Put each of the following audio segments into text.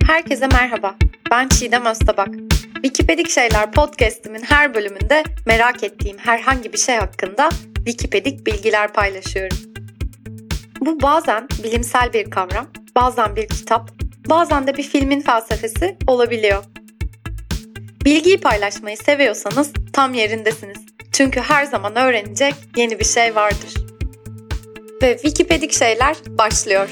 Herkese merhaba, ben Çiğdem Öztabak. Wikipedik Şeyler podcast'imin her bölümünde merak ettiğim herhangi bir şey hakkında Wikipedik bilgiler paylaşıyorum. Bu bazen bilimsel bir kavram, bazen bir kitap, bazen de bir filmin felsefesi olabiliyor. Bilgiyi paylaşmayı seviyorsanız tam yerindesiniz. Çünkü her zaman öğrenecek yeni bir şey vardır. Ve Wikipedik Şeyler başlıyor.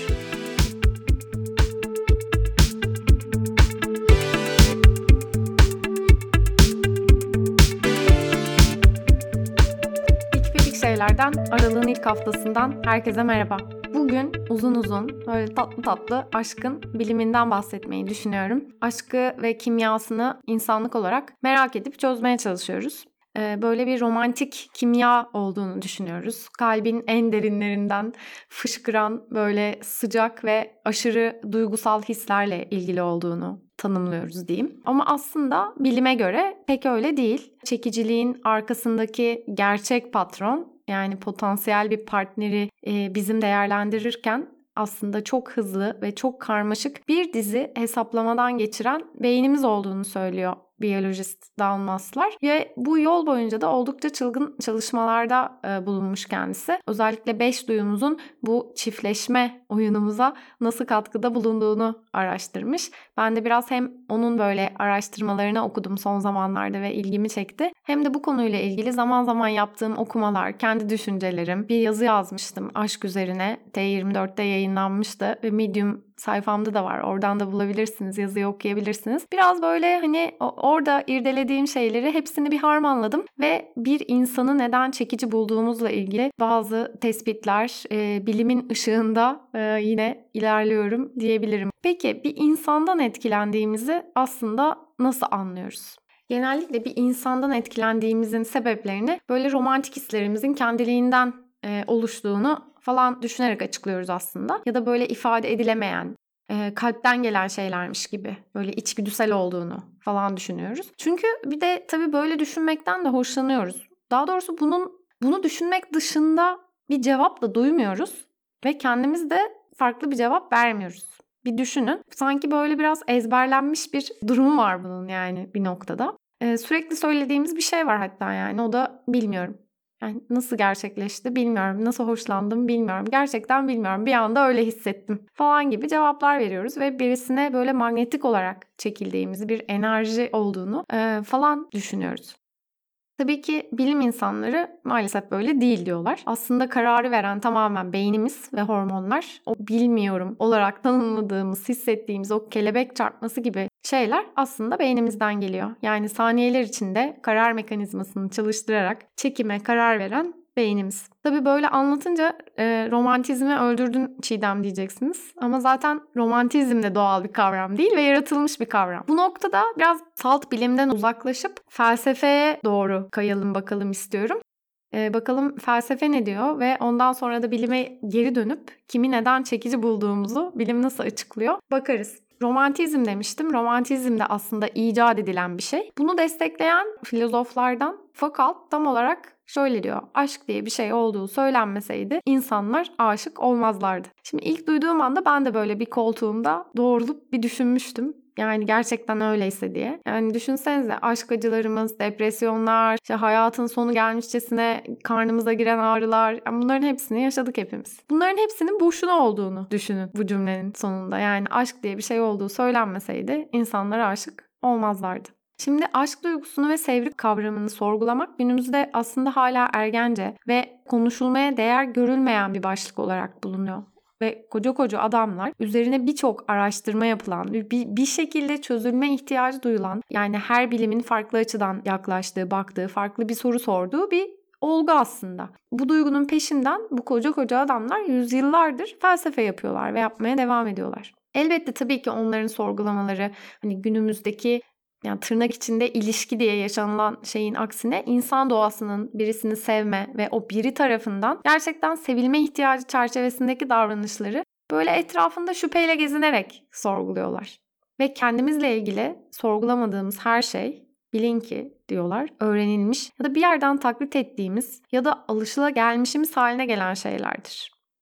Wikipedik Şeyler'den Aralık'ın ilk haftasından herkese merhaba. Bugün uzun böyle tatlı aşkın biliminden bahsetmeyi düşünüyorum. Aşkı ve kimyasını insanlık olarak merak edip çözmeye çalışıyoruz. Böyle bir romantik kimya olduğunu düşünüyoruz. Kalbin en derinlerinden fışkıran böyle sıcak ve aşırı duygusal hislerle ilgili olduğunu tanımlıyoruz diyeyim. Ama aslında bilime göre pek öyle değil. Çekiciliğin arkasındaki gerçek patron, yani potansiyel bir partneri bizim değerlendirirken aslında çok hızlı ve çok karmaşık bir dizi hesaplamadan geçiren beynimiz olduğunu söylüyor biyolojist Don Maslach. Ve bu yol boyunca da oldukça çılgın çalışmalarda bulunmuş kendisi. Özellikle 5 duyumuzun bu çiftleşme oyunumuza nasıl katkıda bulunduğunu araştırmış. Ben de biraz hem onun böyle araştırmalarını okudum son zamanlarda ve ilgimi çekti. Hem de bu konuyla ilgili zaman zaman yaptığım okumalar, kendi düşüncelerim, bir yazı yazmıştım aşk üzerine. T24'te yayınlanmıştı ve Medium sayfamda da var. Oradan da bulabilirsiniz, yazıyı okuyabilirsiniz. Biraz böyle orada irdelediğim şeyleri hepsini bir harmanladım ve bir insanı neden çekici bulduğumuzla ilgili bazı tespitler, bilimin ışığında yine ilerliyorum diyebilirim. Peki bir insandan etkilendiğimizi aslında nasıl anlıyoruz? Genellikle bir insandan etkilendiğimizin sebeplerini böyle romantik hislerimizin kendiliğinden oluştuğunu falan düşünerek açıklıyoruz aslında. Ya da böyle ifade edilemeyen, kalpten gelen şeylermiş gibi böyle içgüdüsel olduğunu falan düşünüyoruz. Çünkü bir de tabii böyle düşünmekten de hoşlanıyoruz. Daha doğrusu bunu düşünmek dışında bir cevap da duymuyoruz ve kendimiz de farklı bir cevap vermiyoruz. Bir düşünün. Sanki böyle biraz ezberlenmiş bir durumu var bunun yani bir noktada. Sürekli söylediğimiz bir şey var hatta yani o da bilmiyorum. Yani nasıl gerçekleşti bilmiyorum. Nasıl hoşlandım bilmiyorum. Gerçekten bilmiyorum. Bir anda öyle hissettim falan gibi cevaplar veriyoruz ve birisine böyle manyetik olarak çekildiğimizi, bir enerji olduğunu falan düşünüyoruz. Tabii ki bilim insanları maalesef böyle değil diyorlar. Aslında kararı veren tamamen beynimiz ve hormonlar. O bilmiyorum olarak tanımladığımız, hissettiğimiz o kelebek çarpması gibi şeyler aslında beynimizden geliyor. Yani saniyeler içinde karar mekanizmasını çalıştırarak çekime karar veren beynimiz. Tabii böyle anlatınca romantizmi öldürdün Çiğdem diyeceksiniz. Ama zaten romantizm de doğal bir kavram değil ve yaratılmış bir kavram. Bu noktada biraz salt bilimden uzaklaşıp felsefeye doğru kayalım bakalım istiyorum. Bakalım felsefe ne diyor ve ondan sonra da bilime geri dönüp kimi neden çekici bulduğumuzu bilim nasıl açıklıyor bakarız. Romantizm demiştim. Romantizm de aslında icat edilen bir şey. Bunu destekleyen filozoflardan Foucault tam olarak şöyle diyor. Aşk diye bir şey olduğu söylenmeseydi insanlar aşık olmazlardı. Şimdi ilk duyduğum anda ben de böyle bir koltuğumda doğrulup bir düşünmüştüm. Yani gerçekten öyleyse diye. Yani düşünsenize aşk acılarımız, depresyonlar, işte hayatın sonu gelmişçesine karnımıza giren ağrılar. Yani bunların hepsini yaşadık hepimiz. Bunların hepsinin boşuna olduğunu düşünün bu cümlenin sonunda. Yani aşk diye bir şey olduğu söylenmeseydi insanlar aşık olmazlardı. Şimdi aşk duygusunu ve sevgi kavramını sorgulamak günümüzde aslında hala ergence ve konuşulmaya değer görülmeyen bir başlık olarak bulunuyor. Ve koca adamlar üzerine birçok araştırma yapılan, bir şekilde çözülme ihtiyacı duyulan, yani her bilimin farklı açıdan yaklaştığı, baktığı, farklı bir soru sorduğu bir olgu aslında. Bu duygunun peşinden bu koca adamlar yüzyıllardır felsefe yapıyorlar ve yapmaya devam ediyorlar. Elbette tabii ki onların sorgulamaları günümüzdeki yani tırnak içinde ilişki diye yaşanılan şeyin aksine insan doğasının birisini sevme ve o biri tarafından gerçekten sevilme ihtiyacı çerçevesindeki davranışları böyle etrafında şüpheyle gezinerek sorguluyorlar. Ve kendimizle ilgili sorgulamadığımız her şey bilin ki diyorlar öğrenilmiş ya da bir yerden taklit ettiğimiz ya da alışılagelmişimiz haline gelen şeylerdir.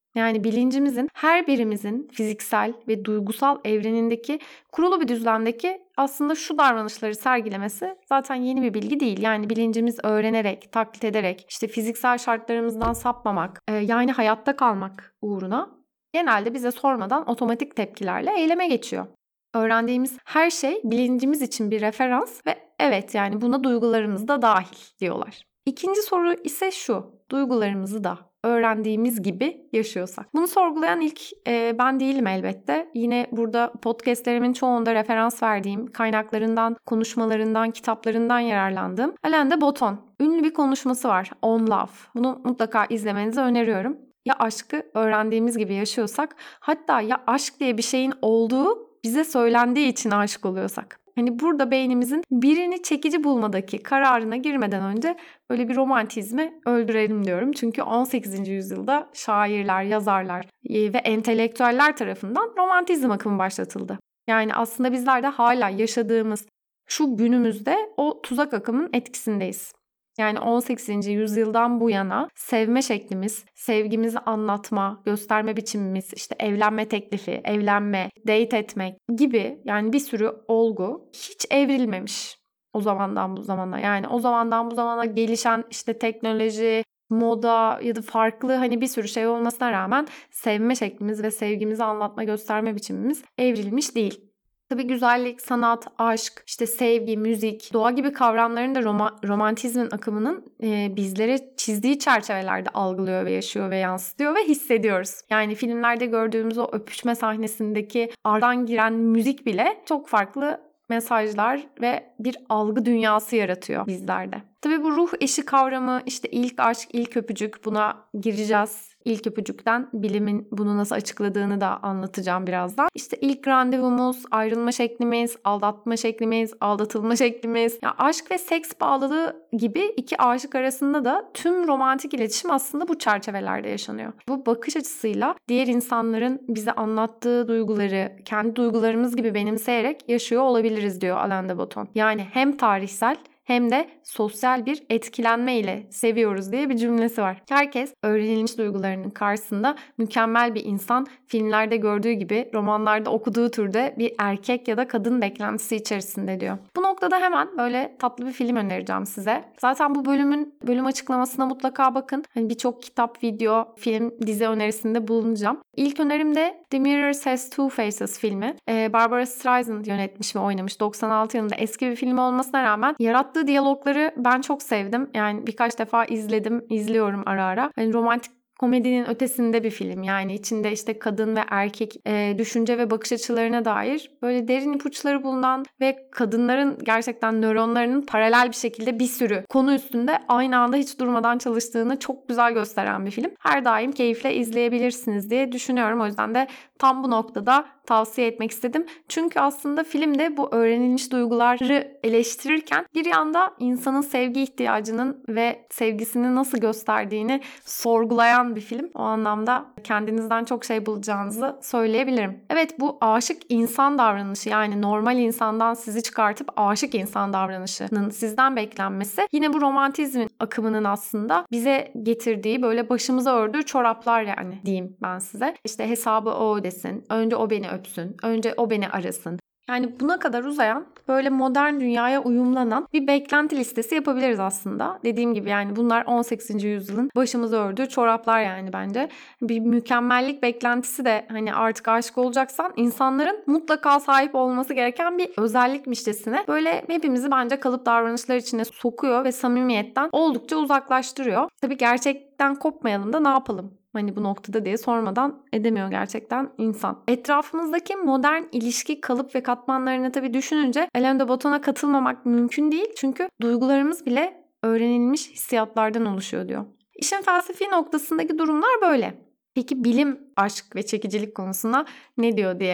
Yani bilincimizin her birimizin fiziksel ve duygusal evrenindeki kurulu bir düzlemdeki aslında şu davranışları sergilemesi zaten yeni bir bilgi değil. Yani bilincimiz öğrenerek, taklit ederek, işte fiziksel şartlarımızdan sapmamak, yani hayatta kalmak uğruna genelde bize sormadan otomatik tepkilerle eyleme geçiyor. Öğrendiğimiz her şey bilincimiz için bir referans ve evet yani buna duygularımız da dahil diyorlar. İkinci soru ise şu: duygularımızı da öğrendiğimiz gibi yaşıyorsak. Bunu sorgulayan ilk ben değilim elbette. Yine burada podcastlerimin çoğunda referans verdiğim, kaynaklarından, konuşmalarından, kitaplarından yararlandığım Alain de Botton. Ünlü bir konuşması var, On Love. Bunu mutlaka izlemenizi öneriyorum. Ya aşkı öğrendiğimiz gibi yaşıyorsak, hatta ya aşk diye bir şeyin olduğu bize söylendiği için aşık oluyorsak. Hani burada beynimizin birini çekici bulmadaki kararına girmeden önce böyle bir romantizmi öldürelim diyorum. Çünkü 18. yüzyılda şairler, yazarlar ve entelektüeller tarafından romantizm akımı başlatıldı. Yani aslında bizler de hala yaşadığımız şu günümüzde o tuzak akımının etkisindeyiz. Yani 18. yüzyıldan bu yana sevme şeklimiz, sevgimizi anlatma, gösterme biçimimiz, işte evlenme teklifi, evlenme, date etmek gibi yani bir sürü olgu hiç evrilmemiş o zamandan bu zamana. Yani o zamandan bu zamana gelişen işte teknoloji, moda ya da farklı hani bir sürü şey olmasına rağmen sevme şeklimiz ve sevgimizi anlatma, gösterme biçimimiz evrilmiş değil. Tabii güzellik, sanat, aşk, işte sevgi, müzik, doğa gibi kavramların da romantizmin akımının bizlere çizdiği çerçevelerde algılıyor ve yaşıyor ve yansıtıyor ve hissediyoruz. Yani filmlerde gördüğümüz o öpüşme sahnesindeki ardan giren müzik bile çok farklı mesajlar ve bir algı dünyası yaratıyor bizlerde. Tabii bu ruh eşi kavramı, işte ilk aşk, ilk öpücük, buna gireceğiz. İlk öpücükten bilimin bunu nasıl açıkladığını da anlatacağım birazdan. İşte ilk randevumuz, ayrılma şeklimiz, aldatma şeklimiz, aldatılma şeklimiz. Ya aşk ve seks bağlılığı gibi iki aşık arasında da tüm romantik iletişim aslında bu çerçevelerde yaşanıyor. Bu bakış açısıyla diğer insanların bize anlattığı duyguları kendi duygularımız gibi benimseyerek yaşıyor olabiliriz diyor Alain de Botton. Yani hem tarihsel hem de sosyal bir etkilenme ile seviyoruz diye bir cümlesi var. Herkes öğrenilmiş duygularının karşısında mükemmel bir insan, filmlerde gördüğü gibi romanlarda okuduğu türde bir erkek ya da kadın beklentisi içerisinde diyor. Bu noktada hemen böyle tatlı bir film önereceğim size. Zaten bu bölüm açıklamasına mutlaka bakın. Hani birçok kitap, video, film, dizi önerisinde bulunacağım. İlk önerim de The Mirror Has Two Faces filmi. Barbara Streisand yönetmiş ve oynamış. 96 yılında eski bir film olmasına rağmen yarattığı diyalogları ben çok sevdim. Yani birkaç defa izliyorum ara ara. Hani romantik komedinin ötesinde bir film. Yani içinde işte kadın ve erkek düşünce ve bakış açılarına dair böyle derin ipuçları bulunan ve kadınların gerçekten nöronlarının paralel bir şekilde bir sürü konu üstünde aynı anda hiç durmadan çalıştığını çok güzel gösteren bir film. Her daim keyifle izleyebilirsiniz diye düşünüyorum. O yüzden de tam bu noktada tavsiye etmek istedim. Çünkü aslında filmde bu öğrenilmiş duyguları eleştirirken bir yanda insanın sevgi ihtiyacının ve sevgisini nasıl gösterdiğini sorgulayan bir film. O anlamda kendinizden çok şey bulacağınızı söyleyebilirim. Evet, bu aşık insan davranışı, yani normal insandan sizi çıkartıp aşık insan davranışının sizden beklenmesi yine bu romantizmin akımının aslında bize getirdiği böyle başımıza ördüğü çoraplar yani diyeyim ben size. İşte hesabı o ödesin, önce o beni öpsün, önce o beni arasın. Yani buna kadar uzayan, böyle modern dünyaya uyumlanan bir beklenti listesi yapabiliriz aslında. Dediğim gibi yani bunlar 18. yüzyılın başımıza ördüğü çoraplar yani bence. Bir mükemmellik beklentisi de hani artık aşık olacaksan insanların mutlaka sahip olması gereken bir özellikmişçesine böyle hepimizi bence kalıp davranışlar içine sokuyor ve samimiyetten oldukça uzaklaştırıyor. Tabii gerçekten kopmayalım da ne yapalım? Hani bu noktada diye sormadan edemiyor gerçekten insan. Etrafımızdaki modern ilişki kalıp ve katmanlarını tabii düşününce Alain de Botton'a katılmamak mümkün değil. Çünkü duygularımız bile öğrenilmiş hissiyatlardan oluşuyor diyor. İşin felsefi noktasındaki durumlar böyle. Peki bilim, aşk ve çekicilik konusunda ne diyor diye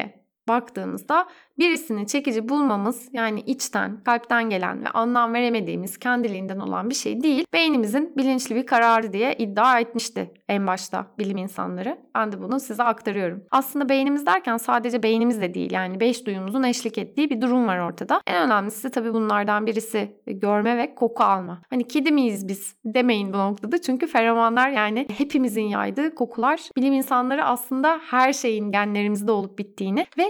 baktığımızda birisini çekici bulmamız, yani içten, kalpten gelen ve anlam veremediğimiz, kendiliğinden olan bir şey değil, beynimizin bilinçli bir kararı diye iddia etmişti en başta bilim insanları. Ben de bunu size aktarıyorum. Aslında beynimiz derken sadece beynimiz de değil, yani 5 duyumuzun eşlik ettiği bir durum var ortada. En önemlisi tabii bunlardan birisi görme ve koku alma. Hani kedi miyiz biz demeyin bu noktada, çünkü feromonlar, yani hepimizin yaydığı kokular, bilim insanları aslında her şeyin genlerimizde olup bittiğini ve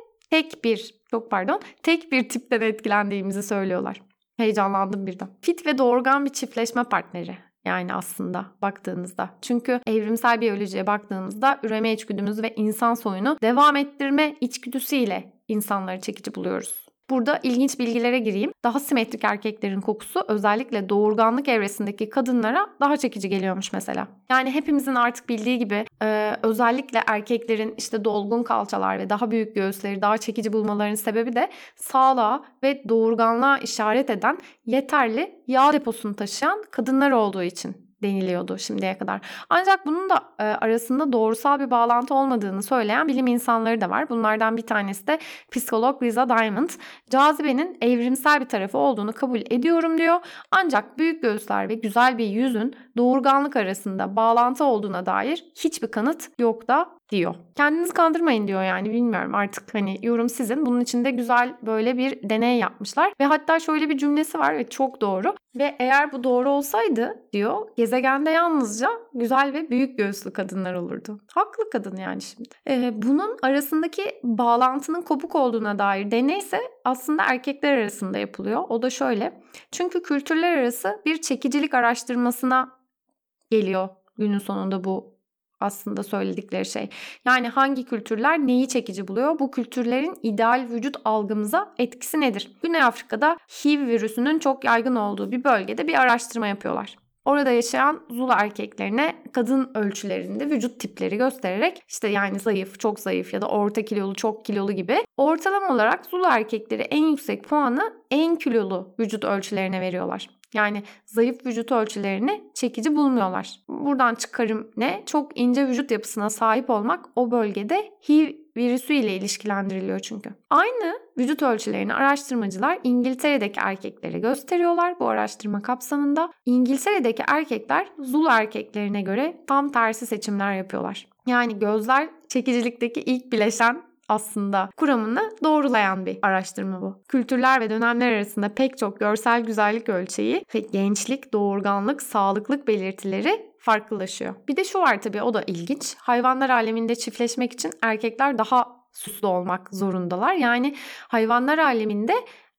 tek bir tipten etkilendiğimizi söylüyorlar. Heyecanlandım birden. Fit ve doğurgan bir çiftleşme partneri. Yani aslında baktığınızda. Çünkü evrimsel biyolojiye baktığımızda üreme içgüdümüz ve insan soyunu devam ettirme içgüdüsüyle insanları çekici buluyoruz. Burada ilginç bilgilere gireyim. Daha simetrik erkeklerin kokusu özellikle doğurganlık evresindeki kadınlara daha çekici geliyormuş mesela. Yani hepimizin artık bildiği gibi özellikle erkeklerin işte dolgun kalçalar ve daha büyük göğüsleri daha çekici bulmalarının sebebi de sağlığa ve doğurganlığa işaret eden yeterli yağ deposunu taşıyan kadınlar olduğu için deniliyordu şimdiye kadar. Ancak bunun da arasında doğrusal bir bağlantı olmadığını söyleyen bilim insanları da var. Bunlardan bir tanesi de psikolog Lisa Diamond. Cazibenin evrimsel bir tarafı olduğunu kabul ediyorum diyor. Ancak büyük göğüsler ve güzel bir yüzün doğurganlık arasında bağlantı olduğuna dair hiçbir kanıt yok da diyor. Kendinizi kandırmayın diyor, yani bilmiyorum artık, hani yorum sizin. Bunun için de güzel böyle bir deney yapmışlar ve hatta şöyle bir cümlesi var ve çok doğru. Ve eğer bu doğru olsaydı diyor, gezegende yalnızca güzel ve büyük göğüslü kadınlar olurdu. Haklı kadın yani şimdi. Bunun arasındaki bağlantının kopuk olduğuna dair deney ise aslında erkekler arasında yapılıyor. O da şöyle. Çünkü kültürler arası bir çekicilik araştırmasına geliyor günün sonunda bu aslında söyledikleri şey. Yani hangi kültürler neyi çekici buluyor? Bu kültürlerin ideal vücut algımıza etkisi nedir? Güney Afrika'da HIV virüsünün çok yaygın olduğu bir bölgede bir araştırma yapıyorlar. Orada yaşayan Zulu erkeklerine kadın ölçülerinde vücut tipleri göstererek işte yani zayıf, çok zayıf ya da orta kilolu, çok kilolu gibi ortalama olarak Zulu erkekleri en yüksek puanı en kilolu vücut ölçülerine veriyorlar. Yani zayıf vücut ölçülerini çekici bulmuyorlar. Buradan çıkarım ne? Çok ince vücut yapısına sahip olmak o bölgede HIV virüsü ile ilişkilendiriliyor çünkü. Aynı vücut ölçülerini araştırmacılar İngiltere'deki erkeklere gösteriyorlar bu araştırma kapsamında. İngiltere'deki erkekler Zulu erkeklerine göre tam tersi seçimler yapıyorlar. Yani gözler çekicilikteki ilk bileşen aslında kuramını doğrulayan bir araştırma bu. Kültürler ve dönemler arasında pek çok görsel güzellik ölçeği ve gençlik, doğurganlık, sağlıklık belirtileri farklılaşıyor. Bir de şu var tabii, o da ilginç. Hayvanlar aleminde çiftleşmek için erkekler daha süslü olmak zorundalar. Yani hayvanlar aleminde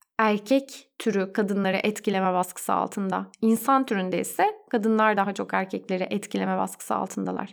erkek türü kadınları etkileme baskısı altında. İnsan türünde ise kadınlar daha çok erkekleri etkileme baskısı altındalar.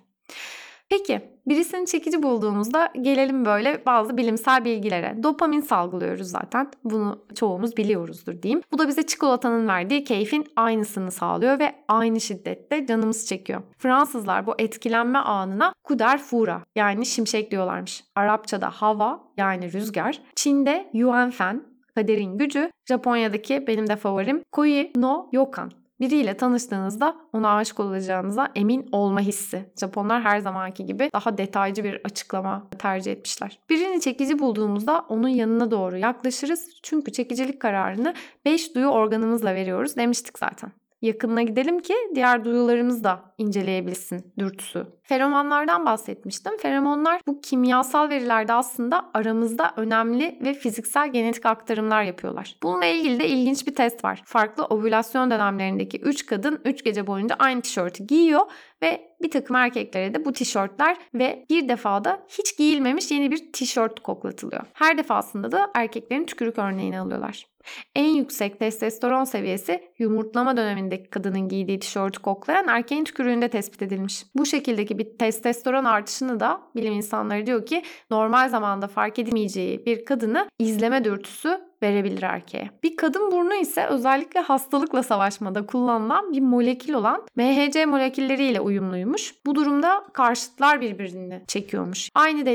Peki birisini çekici bulduğumuzda gelelim böyle bazı bilimsel bilgilere. Dopamin salgılıyoruz zaten. Bunu çoğumuz biliyoruzdur diyeyim. Bu da bize çikolatanın verdiği keyfin aynısını sağlıyor ve aynı şiddette canımız çekiyor. Fransızlar bu etkilenme anına coup de foudre yani şimşek diyorlarmış. Arapçada hava yani rüzgar. Çin'de yuanfen kaderin gücü. Japonya'daki benim de favorim koi no yokan. Biriyle tanıştığınızda ona aşık olacağınıza emin olma hissi. Japonlar her zamanki gibi daha detaycı bir açıklama tercih etmişler. Birini çekici bulduğumuzda onun yanına doğru yaklaşırız. Çünkü çekicilik kararını 5 duyu organımızla veriyoruz demiştik zaten. Yakınına gidelim ki diğer duyularımız da inceleyebilsin dürtüsü. Feromonlardan bahsetmiştim. Feromonlar bu kimyasal verilerde aslında aramızda önemli ve fiziksel genetik aktarımlar yapıyorlar. Bununla ilgili de ilginç bir test var. Farklı ovülasyon dönemlerindeki 3 kadın 3 gece boyunca aynı tişörtü giyiyor ve bir takım erkeklere de bu tişörtler ve bir defada hiç giyilmemiş yeni bir tişört koklatılıyor. Her defasında da erkeklerin tükürük örneğini alıyorlar. En yüksek testosteron seviyesi yumurtlama dönemindeki kadının giydiği tişörtü koklayan erkeğin tükürüğünde tespit edilmiş. Bu şekildeki bir testosteron artışını da bilim insanları diyor ki normal zamanda fark edemeyeceği bir kadını izleme dürtüsü verebilir erkeğe. Bir kadın burnu ise özellikle hastalıkla savaşmada kullanılan bir molekül olan MHC molekülleriyle uyumluymuş. Bu durumda karşıtlar birbirini çekiyormuş. Aynı deneyi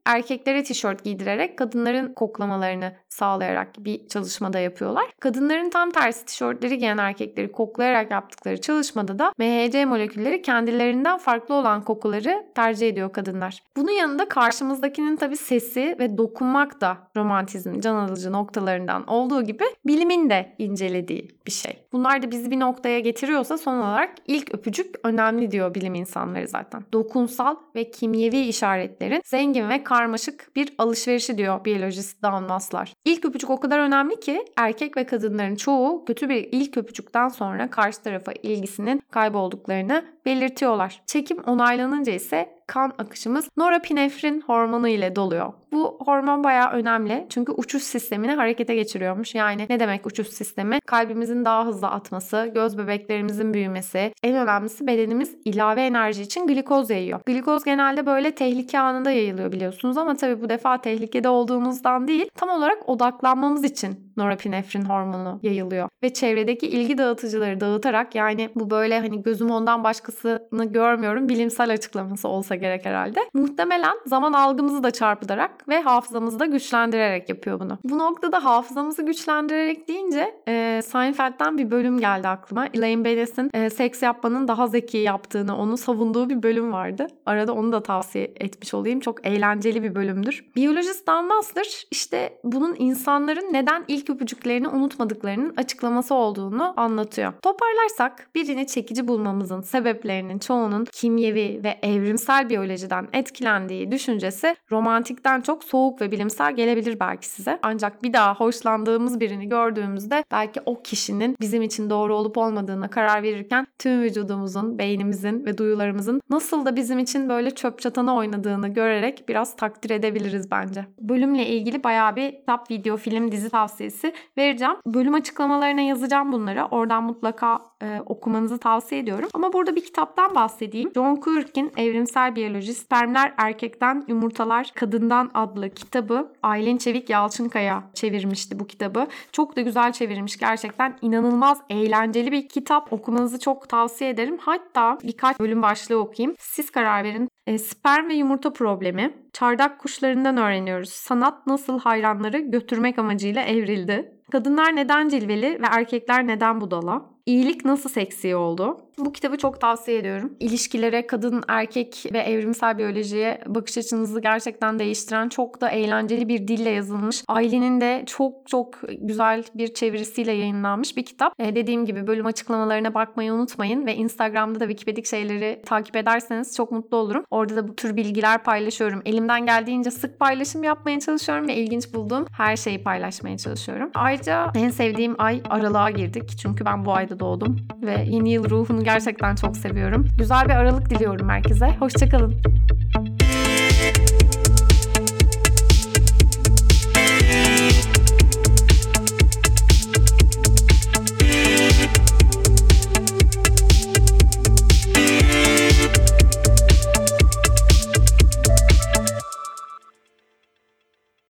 erkeklere tişört giydirerek kadınların koklamalarını sağlayarak bir çalışmada yapıyorlar. Kadınların tam tersi tişörtleri giyen erkekleri koklayarak yaptıkları çalışmada da MHC molekülleri kendilerinden farklı olan kokuları tercih ediyor kadınlar. Bunun yanında karşımızdakinin tabii sesi ve dokunmak da romantizmin can alıcı noktalarından olduğu gibi bilimin de incelediği bir şey. Bunlar da bizi bir noktaya getiriyorsa son olarak ilk öpücük önemli diyor bilim insanları zaten. Dokunsal ve kimyevi işaretlerin zengin ve karmaşık bir alışverişi diyor biyolojist Dawn Massler. İlk öpücük o kadar önemli ki erkek ve kadınların çoğu kötü bir ilk öpücükten sonra karşı tarafa ilgisinin kaybolduklarını belirtiyorlar. Çekim onaylanınca ise kan akışımız norepinefrin hormonu ile doluyor. Bu hormon bayağı önemli çünkü uçuş sistemini harekete geçiriyormuş. Yani ne demek uçuş sistemi? Kalbimizin daha hızlı atması, göz bebeklerimizin büyümesi, en önemlisi bedenimiz ilave enerji için glikoz yayıyor. Glikoz genelde böyle tehlike anında yayılıyor biliyorsunuz ama tabii bu defa tehlikede olduğumuzdan değil, tam olarak odaklanmamız için norepinefrin hormonu yayılıyor. Ve çevredeki ilgi dağıtıcıları dağıtarak, yani bu böyle hani gözüm ondan başkasını görmüyorum bilimsel açıklaması olsa gerek herhalde. Muhtemelen zaman algımızı da çarpıtarak ve hafızamızı da güçlendirerek yapıyor bunu. Bu noktada hafızamızı güçlendirerek deyince Seinfeld'den bir bölüm geldi aklıma. Elaine Benes'in seks yapmanın daha zeki yaptığını, onu savunduğu bir bölüm vardı. Arada onu da tavsiye etmiş olayım. Çok eğlenceli bir bölümdür. Biyolojist Dawn Massler işte bunun insanların neden ilk öpücüklerini unutmadıklarının açıklaması olduğunu anlatıyor. Toparlarsak birini çekici bulmamızın sebeplerinin çoğunun kimyevi ve evrimsel biyolojiden etkilendiği düşüncesi romantikten çok soğuk ve bilimsel gelebilir belki size. Ancak bir daha hoşlandığımız birini gördüğümüzde belki o kişinin bizim için doğru olup olmadığına karar verirken tüm vücudumuzun, beynimizin ve duyularımızın nasıl da bizim için böyle çöp çatana oynadığını görerek biraz takdir edebiliriz bence. Bölümle ilgili bayağı bir kitap, video, film, dizi tavsiyesi vereceğim. Bölüm açıklamalarına yazacağım bunları. Oradan mutlaka okumanızı tavsiye ediyorum. Ama burada bir kitaptan bahsedeyim. John Quirk'in Evrimsel Biyoloji, Spermler Erkekten, Yumurtalar Kadından adlı kitabı Aylin Çevik Yalçınkaya çevirmişti bu kitabı. Çok da güzel çevirmiş gerçekten. İnanılmaz eğlenceli bir kitap. Okumanızı çok tavsiye ederim. Hatta birkaç bölüm başlığı okuyayım. Siz karar verin. Sperm ve yumurta problemi. Çardak kuşlarından öğreniyoruz. Sanat nasıl hayranları götürmek amacıyla evrildi. Kadınlar neden cilveli ve erkekler neden budala? İyilik nasıl seksi oldu? Bu kitabı çok tavsiye ediyorum. İlişkilere, kadın, erkek ve evrimsel biyolojiye bakış açınızı gerçekten değiştiren çok da eğlenceli bir dille yazılmış. Aylin'in de çok güzel bir çevirisiyle yayınlanmış bir kitap. Dediğim gibi bölüm açıklamalarına bakmayı unutmayın ve Instagram'da da Wikipedik şeyleri takip ederseniz çok mutlu olurum. Orada da bu tür bilgiler paylaşıyorum. Elimden geldiğince sık paylaşım yapmaya çalışıyorum ve ilginç bulduğum her şeyi paylaşmaya çalışıyorum. Ayrıca en sevdiğim ay Aralık'a girdik. Çünkü ben bu ayda doğdum ve yeni yıl ruhunu gerçekten çok seviyorum. Güzel bir Aralık diliyorum herkese. Hoşça kalın.